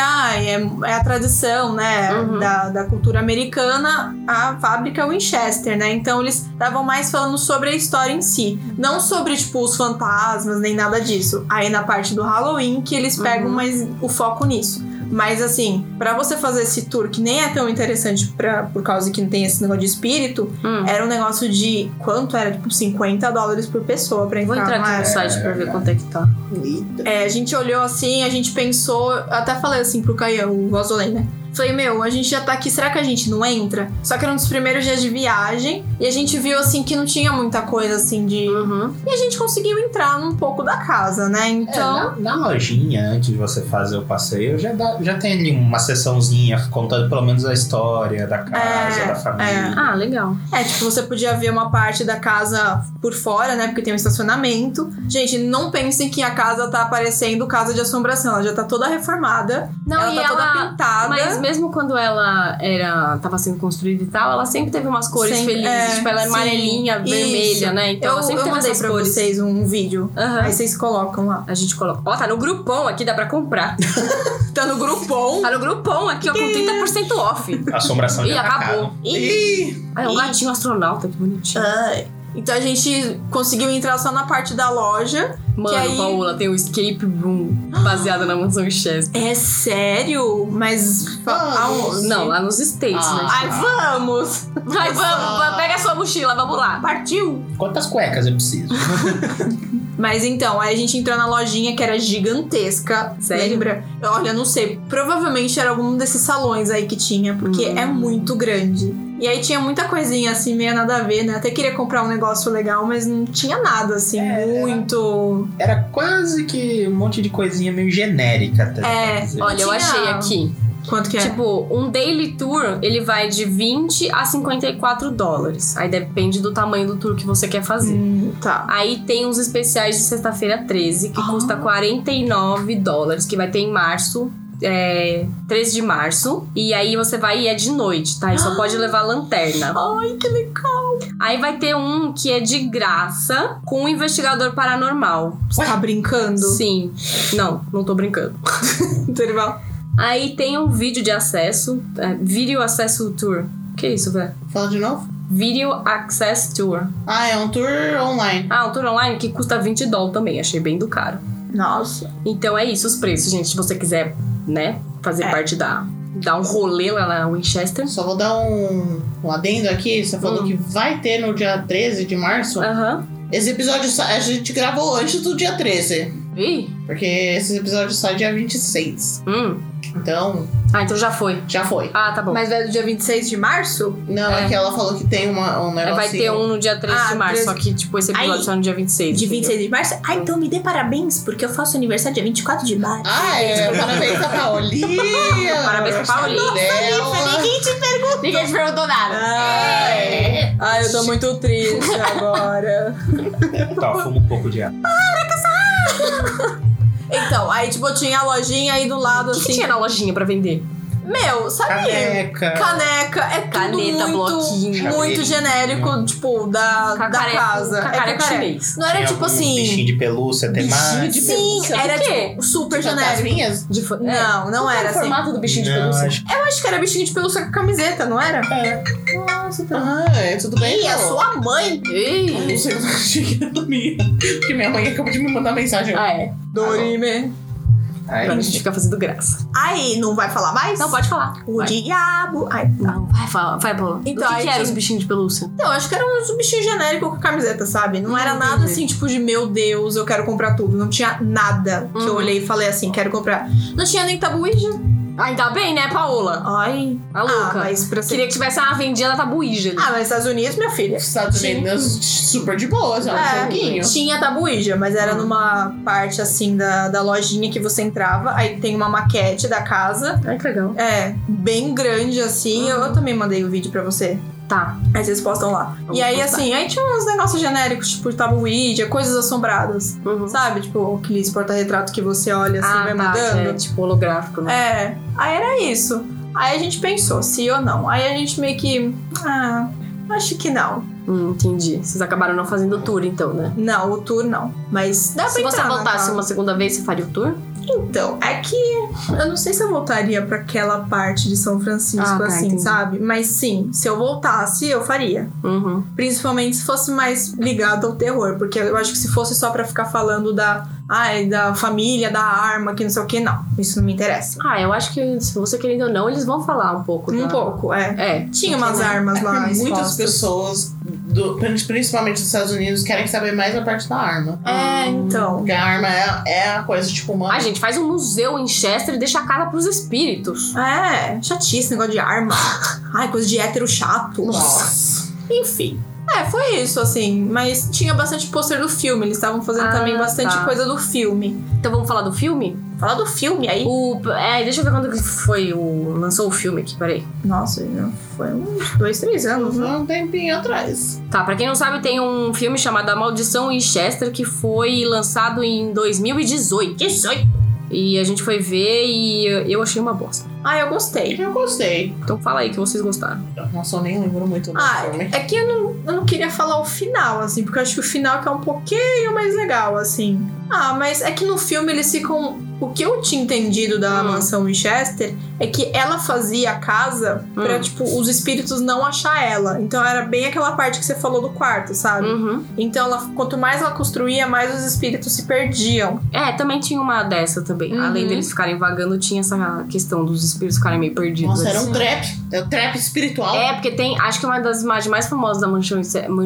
é a tradição, né, da cultura americana, a fábrica Winchester, né? Então eles estavam mais falando sobre a história em si. Não sobre, tipo, os fantasmas, nem nada disso. Aí na parte do Halloween que eles pegam mais o foco nisso. Mas assim, pra você fazer esse tour, que nem é tão interessante por causa que não tem esse negócio de espírito, era um negócio de... Quanto era? Tipo, $50 por pessoa pra entrar. Vou entrar aqui no site pra ver quanto é que tá. A gente olhou assim, a gente pensou... Eu até falei assim pro Caian, o Rosolém, né? Falei, a gente já tá aqui, será que a gente não entra? Só que era um dos primeiros dias de viagem e a gente viu, assim, que não tinha muita coisa, assim, de... E a gente conseguiu entrar num pouco da casa, né? Então... Na lojinha, antes de você fazer o passeio, já tem ali uma sessãozinha contando pelo menos a história da casa, da família. Ah, legal. Tipo, você podia ver uma parte da casa por fora, né? Porque tem um estacionamento. Gente, não pensem que a casa tá parecendo casa de assombração. Ela já tá toda reformada. Não, ela tá toda pintada. Mas mesmo quando ela tava sendo construída e tal, ela sempre teve umas cores felizes. Tipo, ela é amarelinha, vermelha, né? Então ela sempre teve essas pra cores. Vocês um vídeo. Aí vocês colocam lá. A gente coloca. Ó, tá no Groupon aqui, dá pra comprar. Tá no Groupon? Tá no Groupon aqui, ó, com 30% off. Assombração de acabou. Ai, é um gatinho astronauta, que bonitinho. Então a gente conseguiu entrar só na parte da loja. Mano, que aí... Paola, tem um escape room baseado na mansão Winchester. É sério? Mas... Não, lá nos States, né? Ai, vamos! Ai, vamos, pega a sua mochila, vamos lá. Partiu! Quantas cuecas eu preciso? Mas então, aí a gente entrou na lojinha que era gigantesca. Sério? Lembra? Olha, não sei. Provavelmente era algum desses salões aí que tinha, porque é muito grande. E aí tinha muita coisinha assim, meio nada a ver, né? Até queria comprar um negócio legal, mas não tinha nada assim, muito... Era quase que um monte de coisinha meio genérica. Até olha, eu achei aqui. Quanto que é? Tipo, um daily tour, ele vai de $20 a $54. Aí depende do tamanho do tour que você quer fazer. Tá. Aí tem uns especiais de sexta-feira 13, que custa $49, que vai ter em março. 13 de março. E aí você vai e é de noite, tá? E só pode levar lanterna. Ai, que legal. Aí vai ter um que é de graça com um investigador paranormal. Você tá brincando? Sim. Não tô brincando. Intervalo. Aí tem um vídeo de acesso. Video Acesso Tour. Que isso, velho? Fala de novo. Video Access Tour. É um tour online. Um tour online que custa $20 também. Achei bem do caro. Nossa. Então é isso os preços, gente. Se você quiser, né, fazer parte da dar um rolê lá na Winchester. Só vou dar um adendo aqui. Você falou que vai ter no dia 13 de março. Aham. Esse episódio a gente gravou antes do dia 13. Ih. Porque esse episódio sai dia 26. Então... Ah, então já foi. Já foi. Ah, tá bom. Mas é do dia 26 de março? Não, é que ela falou que tem um negocinho. Vai ter um no dia 13 de março, 13. só que, tipo, esse episódio só no dia 26. De 26 de março? Ah, então me dê parabéns, porque eu faço aniversário dia 24 de março. Parabéns pra Paulinha. Parabéns pra Paulinha. Ninguém te perguntou. Ninguém te perguntou nada. Ai, eu tô muito triste agora. Tá, fuma um pouco de ar. Então, aí tipo, tinha a lojinha aí do lado, O assim. que tinha na lojinha pra vender? Meu, sabe? Caneca. É tudo Caneta, bloquinho. muito genérico, tipo, da casa. Cacareco chinês. Não era Tinha tipo alguns assim... bichinho de pelúcia temático. de Sim, pelúcia. era O quê? tipo super genérico. Fantasminhas? Não era o assim. formato do bichinho de Não, pelúcia? acho que Eu acho que era bichinho de pelúcia com camiseta, não era? Nossa, tá. Tudo bem, Ih, a Paulo? sua mãe. Eu não Ei. sei, eu achei que era minha. Porque minha mãe acabou de me mandar mensagem. Ah, é. Dorime. Agora a gente fica fazendo graça. Aí, não vai falar mais? Não, pode falar. O Vai. diabo. Ai, tá. Não, vai, fala. Vai, Paula. Então, o aí que eram tinha- os bichinhos de pelúcia? Então, acho que era uns bichinhos genéricos com camiseta, sabe? Não era nada entendi. assim, tipo, de meu Deus, eu quero comprar tudo. Não tinha nada que eu olhei e falei assim, quero comprar. Não tinha nem tabuíja. Ainda bem, né, Paola? Ai. A louca. mas pra ser... Queria que tivesse uma vendinha da tabuíja ali. mas Estados Unidos, minha filha. Estados Unidos super de boa, é um joguinho. Tinha tabuíja, mas era numa parte assim da lojinha que você entrava. Aí tem uma maquete da casa. Ai, que legal. É, bem grande assim. Eu também mandei o vídeo pra você. Tá. Aí vocês postam lá. Vamos E aí, postar. assim, aí tinha uns negócios genéricos, tipo tabuíja, coisas assombradas. Sabe? Tipo, aqueles porta-retrato que você olha assim, vai mudando. É tipo holográfico, né? É, aí era isso. Aí a gente pensou, sim ou não. Aí a gente meio que... acho que não. Entendi. Vocês acabaram não fazendo o tour, então, né? Não, o tour não. Mas dá pra Se você entrar na voltasse casa. uma segunda vez, você faria o tour? Então, é que eu não sei se eu voltaria pra aquela parte de São Francisco, Ah, tá, assim, entendi. sabe? Mas sim, se eu voltasse, eu faria. Principalmente se fosse mais ligado ao terror. Porque eu acho que se fosse só pra ficar falando da família, da arma, que não sei o que, não. Isso não me interessa. Ah, eu acho que se você querendo ou não, eles vão falar um pouco. Um da- pouco, é. É. Tinha umas armas lá Muitas expostas. pessoas, principalmente dos Estados Unidos, querem saber mais a parte da arma. Então. Porque a arma é a coisa, tipo, uma... Ah, gente, faz um museu em Chester e deixa a casa pros espíritos. É, chatice, negócio de arma. Ai, coisa de hétero chato. Nossa. Enfim. Foi isso, assim. Mas tinha bastante pôster do filme. Eles estavam fazendo também bastante tá. coisa do filme. Então vamos falar do filme? Falar do filme aí. Deixa eu ver quando que foi lançou o filme aqui, peraí. Nossa, já foi uns 2, 3 anos, né? Um tempinho atrás. Tá, pra quem não sabe, tem um filme chamado A Maldição em Chester que foi lançado em 2018. 18! E a gente foi ver e eu achei uma bosta. Eu gostei. Eu gostei. Então fala aí que vocês gostaram. Nossa, eu nem lembro muito do filme. É que eu não queria falar o final, assim, porque eu acho que o final que é um pouquinho mais legal, assim. Mas é que no filme eles ficam... O que eu tinha entendido da mansão Winchester é que ela fazia a casa pra, tipo, os espíritos não achar ela. Então era bem aquela parte que você falou do quarto, sabe? Então, quanto mais ela construía, mais os espíritos se perdiam. Também tinha uma dessa também. Além deles ficarem vagando, tinha essa questão dos espíritos ficarem meio perdidos. Nossa, era assim. um trap. É o trap espiritual. Porque tem... Acho que uma das imagens mais famosas da Manchão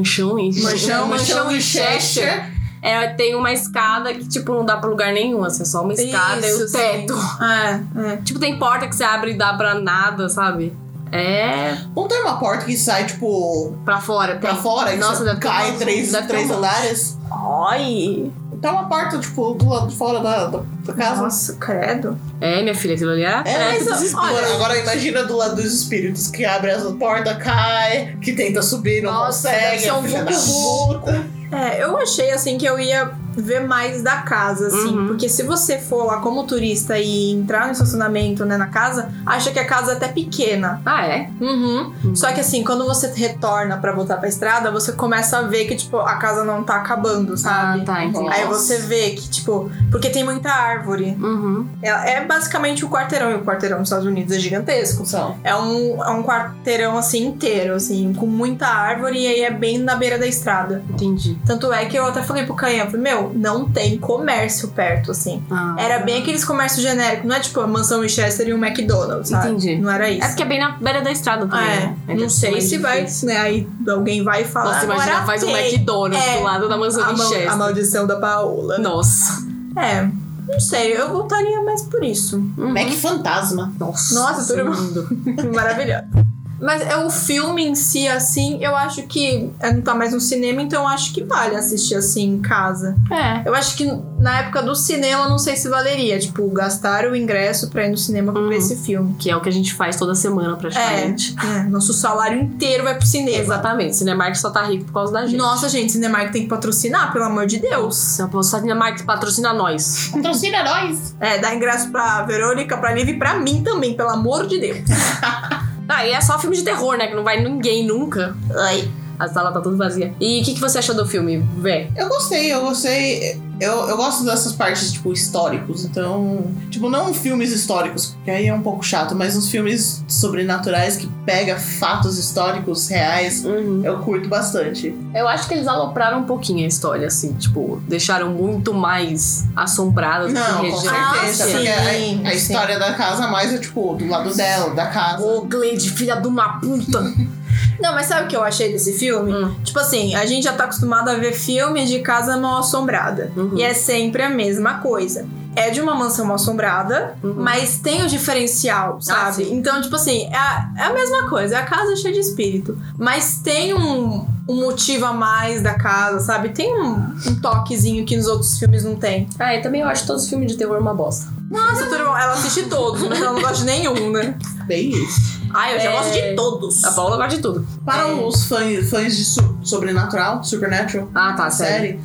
em Chester... tem uma escada que, tipo, não dá pra lugar nenhum. Assim, é só uma escada e o Isso, teto. sim. Tipo, tem porta que você abre e dá pra nada, sabe? Não tem uma porta que sai, tipo, Pra fora. pra fora? Nossa, que deve ter cai umas- três deve ter umas. andares? Ai! Tem uma porta, tipo, do lado de fora da casa. Nossa, credo. Minha filha, aquilo ali Mas, agora imagina do lado dos espíritos que abre essa porta, cai, que tenta subir, não Nossa, consegue. deve ser um filha da vucu-vucu. puta. Eu achei, assim, que eu ia ver mais da casa, assim. Porque se você for lá como turista e entrar no estacionamento, né, na casa, acha que a casa é até pequena. Só que, assim, quando você retorna pra voltar pra estrada, você começa a ver que, tipo, a casa não tá acabando, sabe? Tá, entendi. Aí você vê que, tipo... Porque tem muita árvore. É basicamente o quarteirão. E o quarteirão nos Estados Unidos é gigantesco. É um quarteirão, assim, inteiro, assim, com muita árvore. E aí é bem na beira da estrada. Entendi. Tanto é que eu até falei pro Caian, falei, não tem comércio perto, assim. Era bem aqueles comércios genéricos. Não é tipo a Mansão Winchester e um McDonald's, sabe? Entendi. Não era isso. É porque é bem na beira da estrada também, né? Não sei se vai, né? Aí alguém vai falar. Nossa, imagina, faz um McDonald's do lado da Mansão Winchester. A maldição da Paola. Nossa. Não sei, eu votaria mais por isso. Mac Fantasma. Nossa, todo mundo. Maravilhoso. Mas o filme em si, assim, eu acho que não tá mais no cinema, então eu acho que vale assistir assim em casa. Eu acho que na época do cinema, não sei se valeria, tipo, gastar o ingresso pra ir no cinema pra ver esse filme. Que é o que a gente faz toda semana, praticamente. Nosso salário inteiro vai pro cinema. Exatamente, Cinemark só tá rico por causa da gente. Nossa, gente, Cinemark tem que patrocinar, pelo amor de Deus. Nossa, Cinemark patrocina nós. Patrocina nós. Dá ingresso pra Verônica, pra Liv e pra mim também, pelo amor de Deus. E é só filme de terror, né? Que não vai ninguém nunca. Ai. A sala tá toda vazia. E o que você achou do filme, Vé? Eu gostei. Eu gosto dessas partes, tipo, históricos. Então, tipo, não filmes históricos, porque aí é um pouco chato, mas uns filmes sobrenaturais que pega fatos históricos reais, eu curto bastante. Eu acho que eles alopraram um pouquinho a história, assim, tipo, deixaram muito mais assombrada do que Com certeza, porque a história da casa mais é, tipo, do lado dela, da casa. Ô, Glade, filha de uma puta! Não, mas sabe o que eu achei desse filme? Tipo assim, a gente já tá acostumado a ver filme de casa mal assombrada. E é sempre a mesma coisa. É de uma mansão mal assombrada, mas tem o diferencial, sabe? Então, tipo assim, é a mesma coisa. É a casa cheia de espírito. Mas tem um motivo a mais da casa, sabe? Tem um toquezinho que nos outros filmes não tem. E também eu acho todos os filmes de terror uma bosta. Nossa, ela assiste todos, mas ela não gosta de nenhum, né? Bem isso. Eu já gosto de todos. A Paola gosta de tudo. Para os fãs de Sobrenatural, Supernatural, tá, série.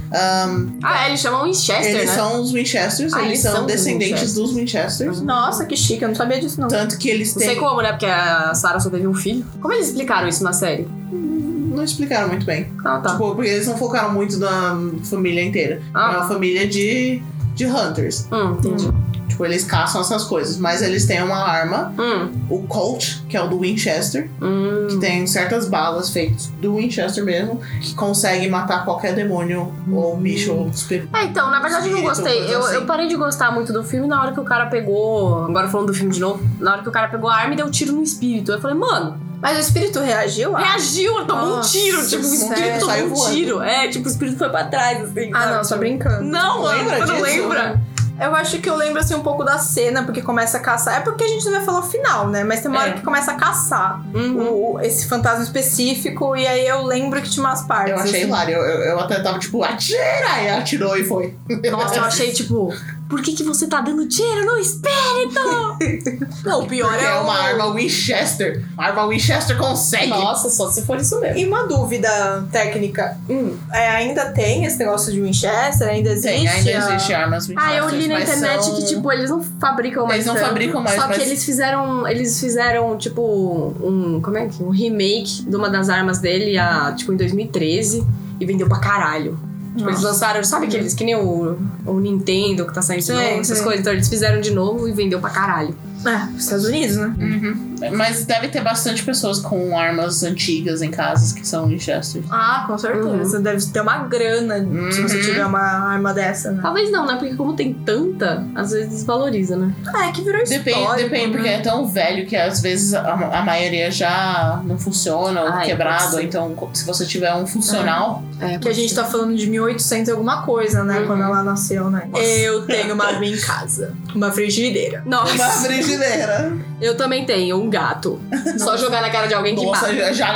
Eles chamam Winchester, eles né? São os Winchesters, eles são descendentes dos Winchesters. Nossa, que chique, eu não sabia disso não. Tanto que eles têm... Não sei como, né? Porque a Sarah só teve um filho. Como eles explicaram isso na série? Não explicaram muito bem. Tá. Tipo, porque eles não focaram muito na família inteira. É uma família de Hunters. Entendi. Tipo, eles caçam essas coisas. Mas eles têm uma arma, o Colt, que é o do Winchester, que tem certas balas feitas do Winchester mesmo, que consegue matar qualquer demônio ou bicho ou espírito. Então, na verdade eu não gostei. Eu parei de gostar muito do filme na hora que o cara pegou... Agora falando do filme de novo. Na hora que o cara pegou a arma e deu um tiro no espírito. Eu falei, mano... Mas o espírito reagiu? Reagiu, tomou um tiro. Tipo, o espírito tomou um voando. tiro. Tipo, o espírito foi pra trás, assim. Não, só brincando. Não, mano, você não lembra? Eu acho que eu lembro, assim, um pouco da cena, porque começa a caçar. É porque a gente não vai falar o final, né? Mas tem uma hora que começa a caçar esse fantasma específico. E aí eu lembro que tinha umas partes. Eu achei hilário. Eu até tava tipo, atira! E atirou e foi. Nossa, eu achei tipo... Por que você tá dando tiro no espírito? Não, o pior porque é uma arma Winchester. A arma Winchester consegue. Nossa, só se for isso mesmo. E uma dúvida técnica. Ainda tem esse negócio de Winchester? Ainda existe? Ainda existe armas Winchester. Eu li na internet que, tipo, eles não fabricam mais. Eles não fabricam mais. Só que eles fizeram, tipo, um remake de uma das armas dele, tipo, em 2013. E vendeu pra caralho. Tipo, eles lançaram, sabe aqueles que nem o Nintendo que tá saindo de novo, essas coisas. Então eles fizeram de novo e vendeu pra caralho. Estados Unidos, né? Mas deve ter bastante pessoas com armas antigas em casas que são Winchester. Com certeza. Deve ter uma grana se você tiver uma arma dessa, né? Talvez não, né? Porque como tem tanta, às vezes desvaloriza, né? Que virou histórico. Depende, porque é tão velho que às vezes a maioria já não funciona ou quebrado. Então, se você tiver um funcional... que a gente tá falando de 1800 alguma coisa, né? Quando ela nasceu, né? Nossa. Eu tenho uma arma em casa. Uma frigideira. Nossa. Uma frigideira. Eu também tenho um gato. Só jogar na cara de alguém que mata.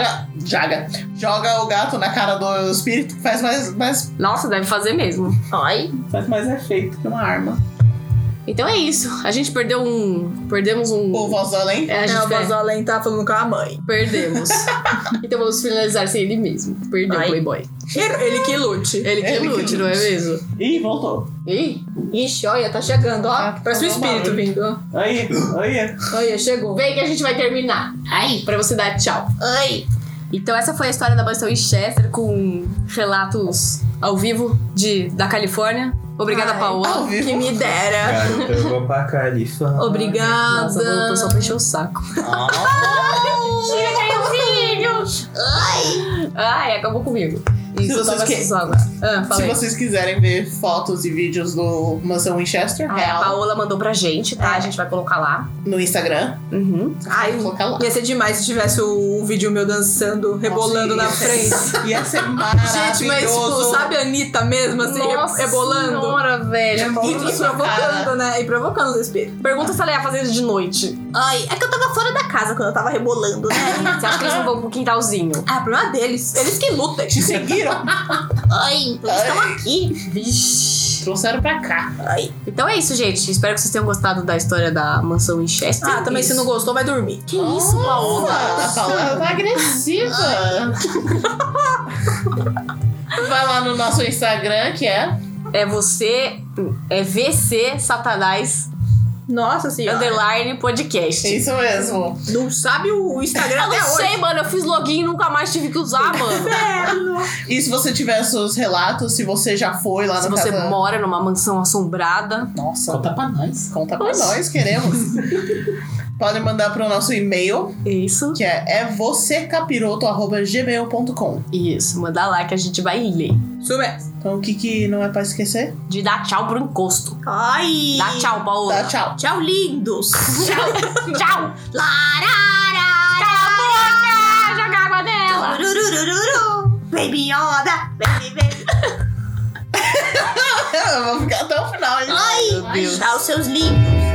Joga o gato na cara do espírito que faz mais... Nossa, deve fazer mesmo. Faz mais efeito que uma arma. Então é isso. A gente perdemos um... O Voz do Além? O Voz do Além tá falando com a mãe. Perdemos. Então vamos finalizar sem ele mesmo. Perdeu o Playboy. Ele que lute. Ele que lute, não é mesmo? Ih, voltou. Ixi, olha, tá chegando, ó. Parece um espírito vindo. Olha, chegou. Vem que a gente vai terminar. Pra você dar tchau. Então essa foi a história da Mansão Winchester com relatos ao vivo da Califórnia. Obrigada, Paola. Que me dera. Eu vou pra Califórnia. Obrigada. Nossa, voltou só pra encher o saco. Chega, Caiozinho! Acabou comigo. Isso, vocês toma que- essa água. Se Falei. vocês quiserem ver fotos e vídeos do Mansão Winchester, A real, Paola mandou pra gente, tá? É. A gente vai colocar lá. no Instagram, Uhum. Ai, vou colocar lá. ia ser demais se tivesse o vídeo meu dançando, rebolando na frente. Ia ser maravilhoso. Gente, mas tipo, sabe a Anitta mesmo, assim, rebolando? Senhora, velho. E provocando, né? E provocando os espíritos. Pergunta se ela ia fazer isso de noite. Ai, é que eu tava fora da casa quando eu tava rebolando, né? Você acha que eles não vão pro quintalzinho? Ah, problema deles. Eles que lutem. Te seguiram? Ai, eles estão aqui. Vixe. Trouxeram pra cá. Ai. Então é isso, gente. Espero que vocês tenham gostado da história da mansão Winchester. Ah, também se não gostou, vai dormir. Que isso, Paola? A Paola tá agressiva. Vai lá no nosso Instagram, que é... É você... É VC Satanás Nossa senhora. Underline Podcast. Isso mesmo. Não sabe o Instagram Eu até não hoje. sei, mano. Eu fiz login e nunca mais tive que usar, mano. E se você tiver seus relatos, se você já foi lá Se no você casa... mora numa mansão assombrada. Nossa, Conta pra nós. conta pra nós, queremos. Pode mandar pro nosso e-mail, Isso. que é vocêcapiroto@gmail.com. Isso. Manda lá que a gente vai ler. Isso mesmo. Então o que não é pra esquecer? De dar tchau pro encosto. Ai. Dá tchau, Paola. Tá, tchau. Tchau, lindos. Tchau. Lararara. Cala a boca! Joga água nela. Tururururu. Baby Yoda. Baby, baby. Eu vou ficar até o final, hein? Ai, Meu Deus. tchau, seus lindos.